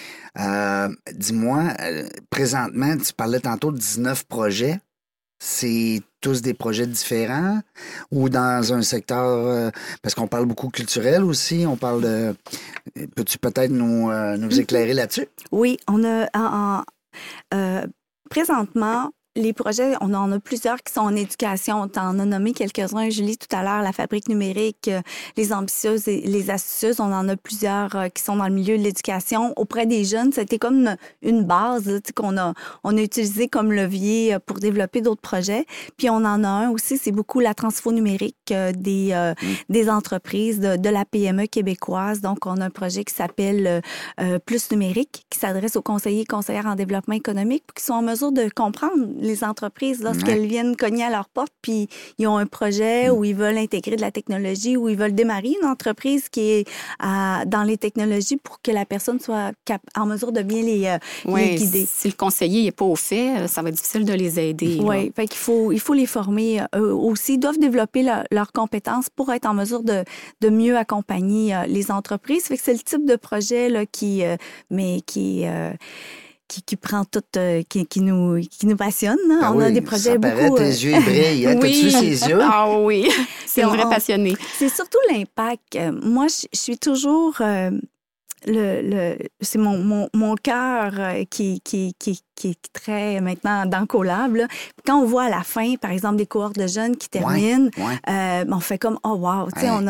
Dis-moi, présentement, tu parlais tantôt de 19 projets. C'est tous des projets différents ou dans un secteur, parce qu'on parle beaucoup culturel aussi, on parle de... Peux-tu peut-être nous éclairer là-dessus? Oui, on a présentement... Les projets, on en a plusieurs qui sont en éducation. On t'en a nommé quelques-uns, Julie, tout à l'heure, la fabrique numérique, les ambitieuses et les astucieuses. On en a plusieurs qui sont dans le milieu de l'éducation. Auprès des jeunes, c'était comme une base qu'on a utilisé comme levier pour développer d'autres projets. Puis on en a un aussi, c'est beaucoup la transfo numérique des entreprises, de la PME québécoise. Donc, on a un projet qui s'appelle Plus numérique, qui s'adresse aux conseillers et conseillères en développement économique pour qu'ils soient en mesure de comprendre les entreprises lorsqu'elles viennent cogner à leur porte, puis ils ont un projet où ils veulent intégrer de la technologie, où ils veulent démarrer une entreprise qui est dans les technologies pour que la personne soit en mesure de bien les guider. Si le conseiller n'est pas au fait, ça va être difficile de les aider. Oui, fait qu'il faut les former eux aussi. Ils doivent développer leurs compétences pour être en mesure de mieux accompagner les entreprises. Fait que c'est le type de projet là, qui prend tout, qui nous passionne. Hein? Ben on a des projets ça beaucoup... paraît, tes yeux ils brillent. Hein? T'as-tu ses yeux? Ah oui, c'est une vraie passionnée. C'est surtout l'impact. Moi, je suis toujours... c'est mon cœur qui est très maintenant dans Collab. Là. Quand on voit à la fin, par exemple, des cohortes de jeunes qui terminent, on fait comme oh wow, on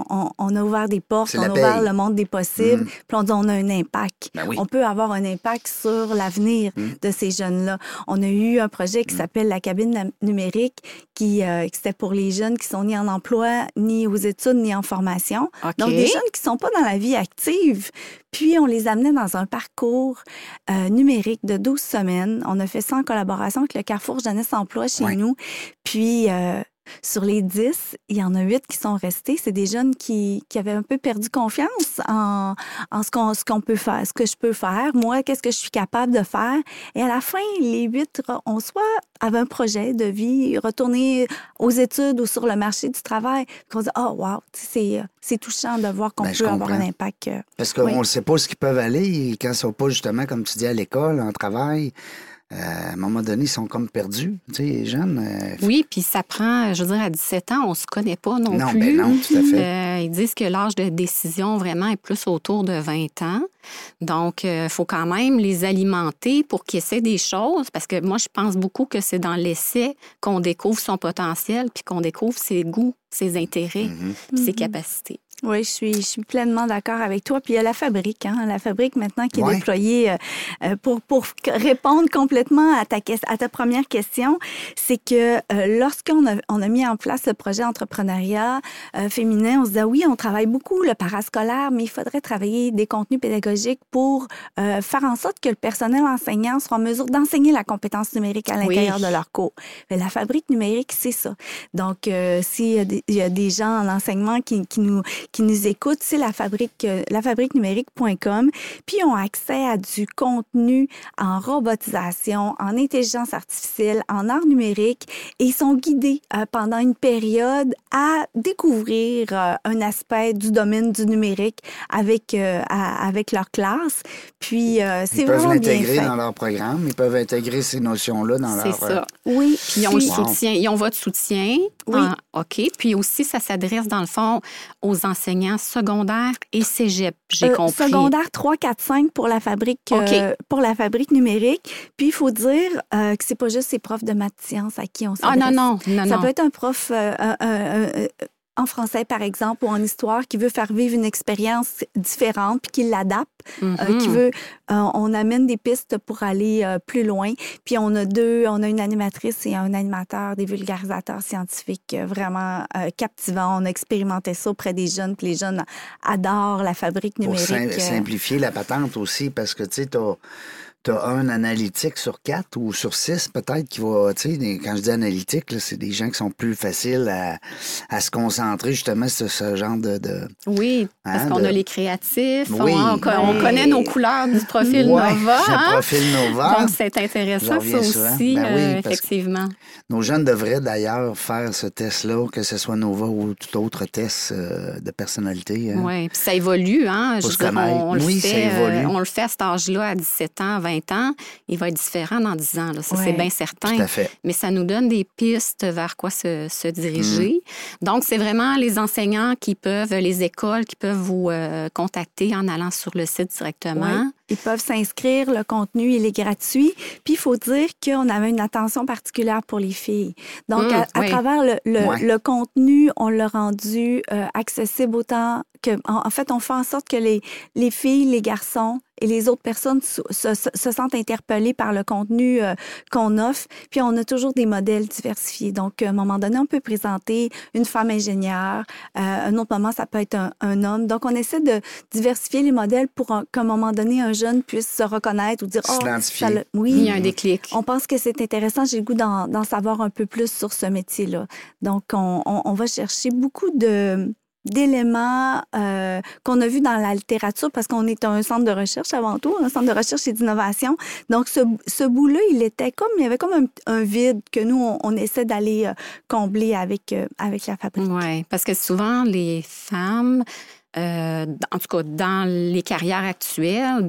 a ouvert des portes, on a ouvert le monde des possibles, puis on a un impact. On peut avoir un impact sur l'avenir de ces jeunes-là. On a eu un projet qui s'appelle la cabine numérique, qui c'était pour les jeunes qui sont ni en emploi, ni aux études, ni en formation. Okay. Donc des jeunes qui sont pas dans la vie active. Puis, on les amenait dans un parcours numérique de 12 semaines. On a fait ça en collaboration avec le Carrefour Jeunesse Emploi chez nous. Puis, sur les 10, il y en a 8 qui sont restés. C'est des jeunes qui avaient un peu perdu confiance en ce qu'on peut faire, ce que je peux faire. Moi, qu'est-ce que je suis capable de faire? Et à la fin, les 8 ont soit avaient un projet de vie, retourner aux études ou sur le marché du travail. Puis on dit, oh wow, c'est touchant de voir qu'on peut avoir un impact. Parce qu'on ne sait pas ce qu'ils peuvent aller quand ils ne sont pas justement, comme tu dis, à l'école, en travail. À un moment donné, ils sont comme perdus, tu sais, les jeunes. Oui, puis ça prend, je veux dire, à 17 ans, on ne se connaît pas non plus. Ben non, tout à fait. Ils disent que l'âge de décision, vraiment, est plus autour de 20 ans. Donc, il faut quand même les alimenter pour qu'ils essaient des choses, parce que moi, je pense beaucoup que c'est dans l'essai qu'on découvre son potentiel, puis qu'on découvre ses goûts, ses intérêts, puis ses capacités. Oui, je suis pleinement d'accord avec toi. Puis il y a la fabrique, la fabrique maintenant qui est déployée pour répondre complètement à ta première question. C'est que lorsqu'on a mis en place ce projet entrepreneuriat féminin, on se disait oui, on travaille beaucoup le parascolaire, mais il faudrait travailler des contenus pédagogiques pour faire en sorte que le personnel enseignant soit en mesure d'enseigner la compétence numérique à l'intérieur de leur cours. Mais la fabrique numérique, c'est ça. Donc, s'il y a des gens en enseignement qui nous écoutent, c'est lafabriquenumérique.com. Puis, ils ont accès à du contenu en robotisation, en intelligence artificielle, en art numérique, et ils sont guidés pendant une période à découvrir un aspect du domaine du numérique avec leur classe. Puis, c'est vraiment bien fait. Ils peuvent l'intégrer dans leur programme, ils peuvent intégrer ces notions-là dans leur... C'est ça. Oui. Puis, ils ont le soutien, ils ont votre soutien OK. Puis aussi, ça s'adresse, dans le fond, aux enseignants secondaires et cégep, j'ai compris. Secondaire 3, 4, 5 pour la fabrique, pour la fabrique numérique. Puis, il faut dire que c'est pas juste ces profs de maths sciences à qui on s'adresse. Ah non. Ça peut être un prof en français, par exemple, ou en histoire, qui veut faire vivre une expérience différente puis qui l'adapte, qui veut... on amène des pistes pour aller plus loin. Puis on a une animatrice et un animateur, des vulgarisateurs scientifiques vraiment captivants. On a expérimenté ça auprès des jeunes, puis les jeunes adorent la fabrique numérique. Pour simplifier la patente aussi, parce que, tu sais, t'as un analytique sur 4 ou sur 6 peut-être qui va, tu sais, quand je dis analytique, là, c'est des gens qui sont plus faciles à se concentrer justement sur ce genre de oui, parce qu'on a les créatifs, oui, on connaît nos couleurs du profil Nova. Le profil Nova. Donc, c'est intéressant ça aussi, effectivement. Nos jeunes devraient d'ailleurs faire ce test-là, que ce soit Nova ou tout autre test de personnalité. Hein. Oui, puis ça évolue, hein. Je veux dire, on le fait à cet âge-là, à 17 ans, 20 ans, il va être différent dans 10 ans. Là. Ça, c'est bien certain. Tout à fait. Mais ça nous donne des pistes vers quoi se diriger. Donc, c'est vraiment les enseignants les écoles qui peuvent vous contacter en allant sur le site directement. Oui. Ils peuvent s'inscrire, le contenu, il est gratuit. Puis, il faut dire qu'on avait une attention particulière pour les filles. Donc, à travers le contenu, on l'a rendu accessible autant que... En fait, on fait en sorte que les filles, les garçons et les autres personnes se sentent interpellées par le contenu qu'on offre. Puis, on a toujours des modèles diversifiés. Donc, à un moment donné, on peut présenter une femme ingénieure. Un autre moment, ça peut être un homme. Donc, on essaie de diversifier les modèles pour qu'à un moment donné, un jeune puisse se reconnaître ou dire oui, il y a un déclic. On pense que c'est intéressant. J'ai le goût d'en savoir un peu plus sur ce métier-là. Donc, on va chercher beaucoup d'éléments qu'on a vus dans la littérature parce qu'on est un centre de recherche avant tout, un centre de recherche et d'innovation. Donc, ce bout-là, il y avait comme un vide que nous, on essaie d'aller combler avec la fabrique. Oui, parce que souvent, les femmes... en tout cas, dans les carrières actuelles,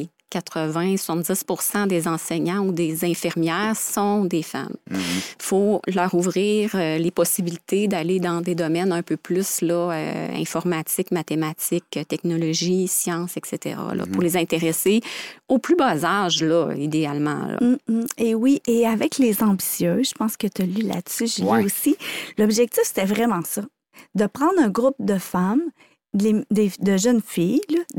80-70% des enseignants ou des infirmières sont des femmes. Il faut leur ouvrir les possibilités d'aller dans des domaines un peu plus informatique, mathématiques, technologie, sciences, etc., pour les intéresser au plus bas âge, idéalement. Et oui, et avec les ambitieux, je pense que tu as lu là-dessus, Julie aussi, l'objectif, c'était vraiment ça, de prendre un groupe de femmes de jeunes filles,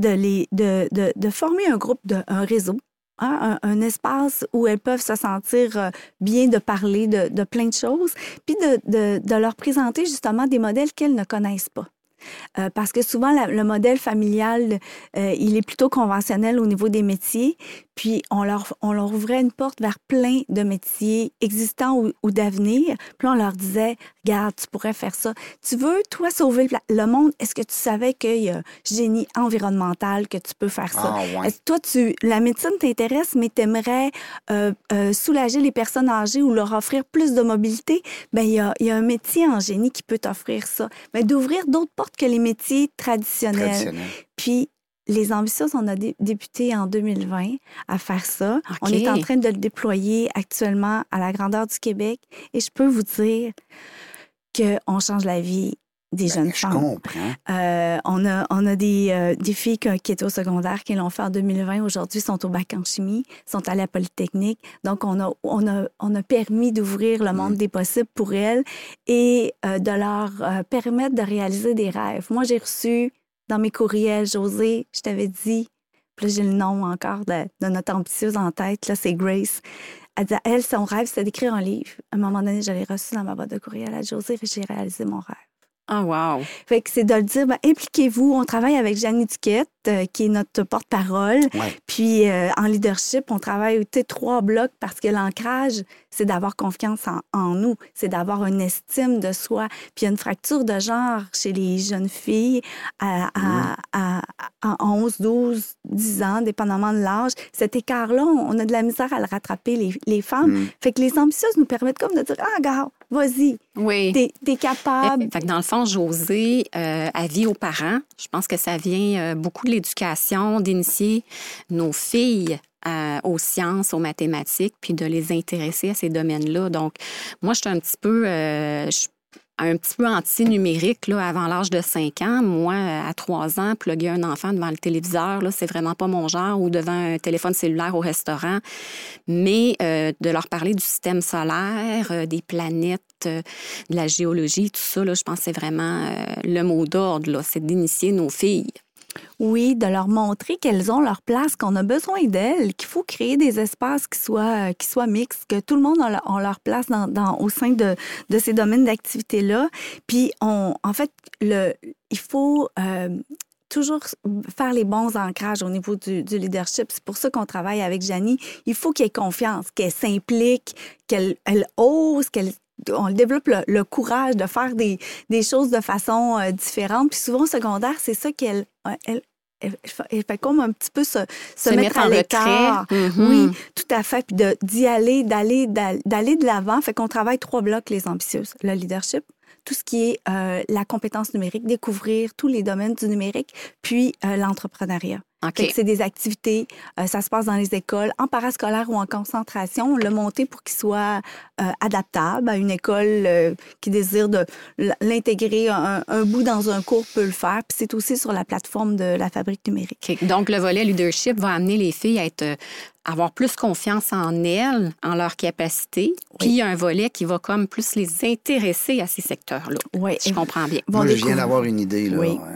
de former un groupe, un réseau, un espace où elles peuvent se sentir bien de parler de plein de choses, puis de leur présenter justement des modèles qu'elles ne connaissent pas. Parce que souvent, le modèle familial, il est plutôt conventionnel au niveau des métiers, puis on leur ouvrait une porte vers plein de métiers existants ou d'avenir. Puis on leur disait, regarde, tu pourrais faire ça. Tu veux, toi, sauver le monde? Est-ce que tu savais qu'il y a génie environnemental, que tu peux faire ça? Est-ce que toi, la médecine t'intéresse, mais tu aimerais soulager les personnes âgées ou leur offrir plus de mobilité? Il y a un métier en génie qui peut t'offrir ça. Mais d'ouvrir d'autres portes que les métiers traditionnels. Puis, les Ambitieuses, on a débuté en 2020 à faire ça. Okay. On est en train de le déployer actuellement à la grandeur du Québec. Et je peux vous dire qu'on change la vie des jeunes femmes. Je comprends. On a des filles qui étaient au secondaire, qui l'ont fait en 2020. Aujourd'hui, sont au bac en chimie, sont allées à Polytechnique. Donc, on a permis d'ouvrir le monde des possibles pour elles et de leur permettre de réaliser des rêves. Moi, j'ai reçu dans mes courriels, Josée, je t'avais dit, puis là, j'ai le nom encore de notre ambitieuse en tête, là, c'est Grace. Elle, son rêve, c'était d'écrire un livre. À un moment donné, je l'ai reçu dans ma boîte de courriel à Josée et j'ai réalisé mon rêve. Ah, wow! Fait que c'est de le dire, impliquez-vous. On travaille avec Jeanne Duquette, qui est notre porte-parole. Ouais. Puis, en leadership, on travaille 3 blocs parce que l'ancrage, c'est d'avoir confiance en nous. C'est d'avoir une estime de soi. Puis, il y a une fracture de genre chez les jeunes filles à 11, 12, 10 ans, dépendamment de l'âge. Cet écart-là, on a de la misère à le rattraper, les femmes. Fait que les ambitieuses nous permettent comme de dire, regarde, vas-y. Oui. T'es capable. Fait que dans le fond, Josée, avis aux parents, je pense que ça vient beaucoup de l'éducation, d'initier nos filles aux sciences, aux mathématiques, puis de les intéresser à ces domaines-là. Donc, moi, je suis un petit peu... un petit peu anti-numérique là, avant l'âge de 5 ans. Moi, à 3 ans, plugger un enfant devant le téléviseur, là, c'est vraiment pas mon genre, ou devant un téléphone cellulaire au restaurant. Mais de leur parler du système solaire, des planètes, de la géologie, tout ça, là, je pense que c'est vraiment le mot d'ordre, là, c'est d'initier nos filles. Oui, de leur montrer qu'elles ont leur place, qu'on a besoin d'elles, qu'il faut créer des espaces qui soient mixtes, que tout le monde a leur place au sein de ces domaines d'activité-là. Puis, en fait, il faut toujours faire les bons ancrages au niveau du leadership. C'est pour ça qu'on travaille avec Janie. Il faut qu'elle ait confiance, qu'elle s'implique, qu'elle ose, on développe le courage de faire des choses de façon différente. Puis souvent, au secondaire, c'est ça qu'elle fait comme un petit peu se mettre à l'écart. Mm-hmm. Oui, tout à fait. Puis d'aller de l'avant. Fait qu'on travaille 3 blocs, les ambitieuses. Le leadership, tout ce qui est la compétence numérique, découvrir tous les domaines du numérique, puis l'entrepreneuriat. Okay. C'est des activités, ça se passe dans les écoles, en parascolaire ou en concentration. On l'a monté pour qu'il soit adaptable à une école qui désire de l'intégrer. Un bout dans un cours peut le faire. Puis c'est aussi sur la plateforme de la Fabrique numérique. Okay. Donc, le volet leadership va amener les filles à avoir plus confiance en elles, en leurs capacités. Oui. Puis, il y a un volet qui va comme plus les intéresser à ces secteurs-là. Oui. Je comprends bien. Moi, je viens d'avoir une idée, là. Oui.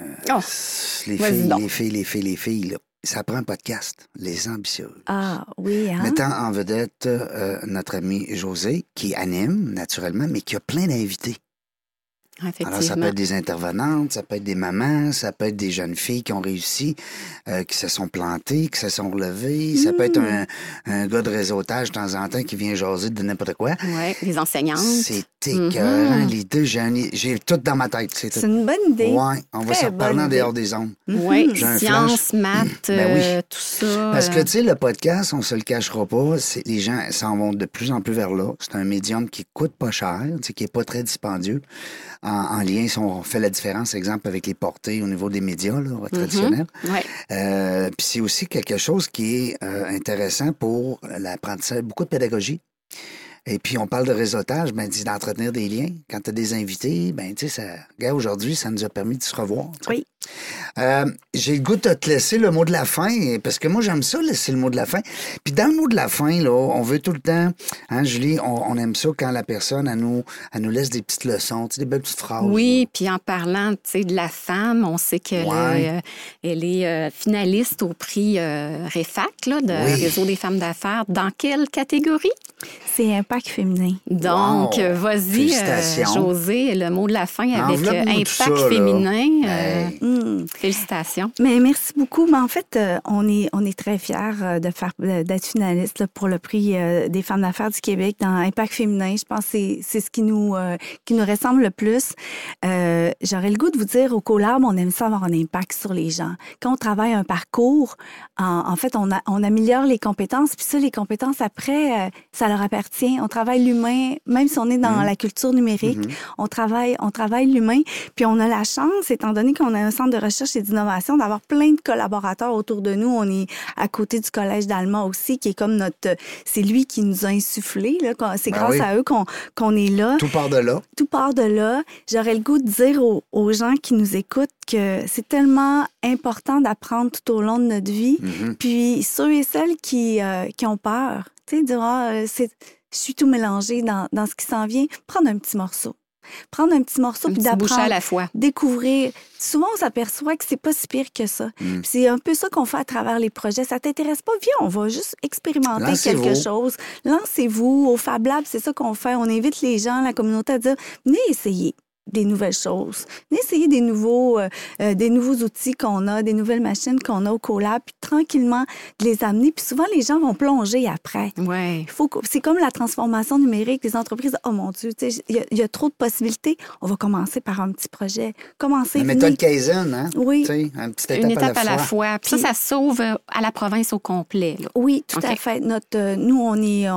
Les filles, là. Ça prend un podcast, Les Ambitieuses. Ah, oui, hein? Mettant en vedette notre amie Josée, qui anime, naturellement, mais qui a plein d'invités. Alors, ça peut être des intervenantes, ça peut être des mamans, ça peut être des jeunes filles qui ont réussi, qui se sont plantées, qui se sont relevées. Ça peut être un gars de réseautage de temps en temps qui vient jaser de n'importe quoi. Oui, les enseignantes. C'est écœurant, les deux. J'ai tout dans ma tête. C'est une bonne idée. Oui, on va s'en reparler en dehors des ondes. Oui, sciences, maths, tout ça. Parce que, tu sais, le podcast, on se le cachera pas, les gens s'en vont de plus en plus vers là. C'est un médium qui coûte pas cher, qui est pas très dispendieux. En lien, si on fait la différence, exemple, avec les portées au niveau des médias là, traditionnels. Ouais. Puis c'est aussi quelque chose qui est intéressant pour l'apprentissage, beaucoup de pédagogie. Et puis, on parle de réseautage, d'entretenir des liens. Quand tu as des invités, tu sais, regarde, aujourd'hui, ça nous a permis de se revoir. T'sais. Oui. J'ai le goût de te laisser le mot de la fin, parce que moi, j'aime ça, laisser le mot de la fin. Puis dans le mot de la fin, là, on veut tout le temps, hein, Julie, on aime ça quand la personne, elle nous laisse des petites leçons, des belles petites phrases. Oui, là. Puis en parlant, tu sais, de la femme, on sait qu'elle est finaliste au prix REFAC, là, de Réseau des femmes d'affaires. Dans quelle catégorie? C'est Impact féminin. Donc, vas-y, Josée, le mot de la fin avec Impact féminin. Félicitations. Mais merci beaucoup. Mais en fait, on est très fiers d'être finaliste pour le prix des femmes d'affaires du Québec dans Impact féminin. Je pense que c'est ce qui nous ressemble le plus. J'aurais le goût de vous dire, au Collab, on aime ça avoir un impact sur les gens. Quand on travaille un parcours, en fait, on améliore les compétences. Puis ça, les compétences, après, ça leur appartient. On travaille l'humain, même si on est dans la culture numérique, on travaille l'humain. Puis on a la chance, étant donné qu'on a un centre de recherche et d'innovation, d'avoir plein de collaborateurs autour de nous. On est à côté du Collège d'Alma aussi, qui est comme c'est lui qui nous a insufflé. Là, c'est grâce à eux qu'on est là. Tout part de là. Tout part de là. J'aurais le goût de dire aux gens qui nous écoutent que c'est tellement important d'apprendre tout au long de notre vie. Puis ceux et celles qui ont peur, tu sais, dire je suis tout mélangé dans ce qui s'en vient, prendre un petit morceau. Prendre un petit morceau puis d'apprendre, à la fois. Découvrir. Souvent, on s'aperçoit que c'est pas si pire que ça. C'est un peu ça qu'on fait à travers les projets. Ça t'intéresse pas? Viens, on va juste expérimenter quelque chose. Lancez-vous. Au Fab Lab, c'est ça qu'on fait. On invite les gens, la communauté à dire, venez essayer des nouvelles choses. Essayer des nouveaux outils qu'on a, des nouvelles machines qu'on a au Collab, puis tranquillement de les amener. Puis souvent, les gens vont plonger après. Ouais. C'est comme la transformation numérique des entreprises. Oh mon Dieu, il y a trop de possibilités. On va commencer par un petit projet. La méthode Kaizen, hein? Oui. Une petite étape, une étape à la fois. Puis ça sauve à la province au complet. Là. Oui, tout à fait. Nous,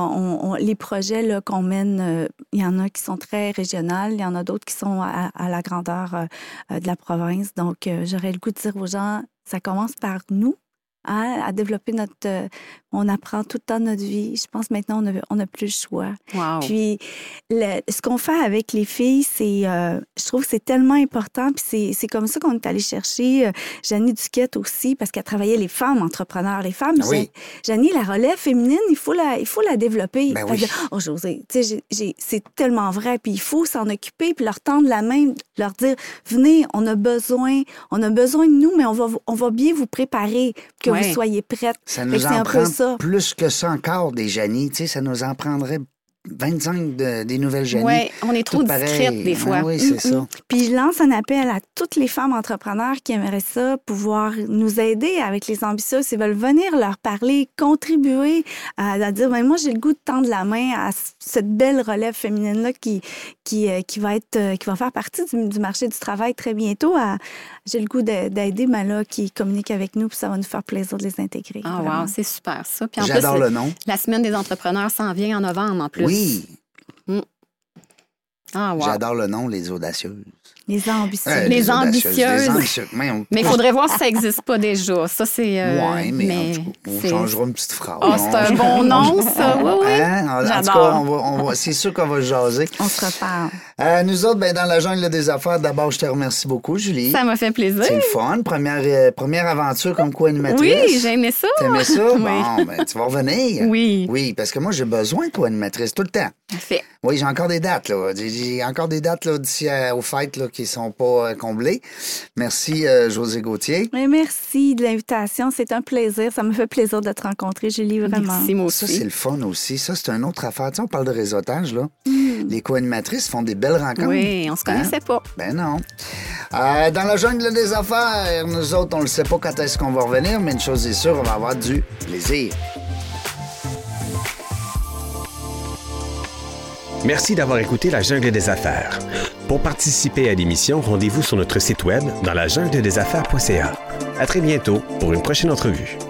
les projets là, qu'on mène, il y en a qui sont très régionales, il y en a d'autres qui sont à la grandeur de la province. Donc, j'aurais le goût de dire aux gens, ça commence par nous, à développer notre... on apprend tout le temps de notre vie. Je pense maintenant, on n'a plus le choix. Wow. Puis, ce qu'on fait avec les filles, c'est... je trouve que c'est tellement important. Puis c'est comme ça qu'on est allé chercher Janie Duquette aussi, parce qu'elle travaillait les femmes entrepreneurs. Les femmes, Janie, la relève féminine, il faut la développer. Ben oui. Oh, Josée, tu sais, c'est tellement vrai. Puis il faut s'en occuper, puis leur tendre la main, leur dire, venez, on a besoin de nous, mais on va bien vous préparer, que vous soyez prêtes. Ça nous en prend plus que ça encore, des Janie. Tu sais, ça nous en prendrait 25 des nouvelles Janie. Oui, on est trop discrètes des fois. Ah, oui, c'est ça. Puis je lance un appel à toutes les femmes entrepreneurs qui aimeraient ça, pouvoir nous aider avec les ambitieuses, s'ils veulent venir leur parler, contribuer à dire, ben, moi, j'ai le goût de tendre la main à cette belle relève féminine-là qui va faire partie du marché du travail très bientôt. J'ai le goût d'aider, mais là, qui communiquent avec nous, puis ça va nous faire plaisir de les intégrer. Ah, wow, c'est super ça. Puis en J'adore plus, le nom. La semaine des entrepreneurs s'en vient en novembre en plus. Oui. Ah, wow. J'adore le nom, les audacieuses. Les ambitieuses. Les ambitieuses. Mais il faudrait voir si ça n'existe pas déjà. Ça, c'est... oui, mais on changera une petite phrase. Oh, c'est un bon nom, ça. Oui. Hein? J'adore. En tout cas, c'est sûr qu'on va jaser. On se reparle. Nous autres, dans la jungle des affaires, d'abord, je te remercie beaucoup, Julie. Ça m'a fait plaisir. C'est le fun. Première aventure comme co-animatrice. Oui, j'ai aimé ça. T'aimais ça? Oui. Bon, tu vas revenir. Oui. Oui, parce que moi, j'ai besoin de co-animatrice tout le temps. Parfait. Oui, j'ai encore des dates, là. J'ai encore des dates, là, d'ici aux fêtes, là, qui ne sont pas comblées. Merci, Josée Gauthier. Mais merci de l'invitation. C'est un plaisir. Ça me fait plaisir de te rencontrer, Julie, vraiment. Merci, moi aussi. Ça, c'est le fun aussi. Ça, c'est une autre affaire. Tu sais, on parle de réseautage, là. Les co-animatrices font des belles rencontres. Oui, on se connaissait pas. Ben non. Dans la jungle des affaires, nous autres, on ne sait pas quand est-ce qu'on va revenir, mais une chose est sûre, on va avoir du plaisir. Merci d'avoir écouté La Jungle des Affaires. Pour participer à l'émission, rendez-vous sur notre site web dans lajungledesaffaires.ca. À très bientôt pour une prochaine entrevue.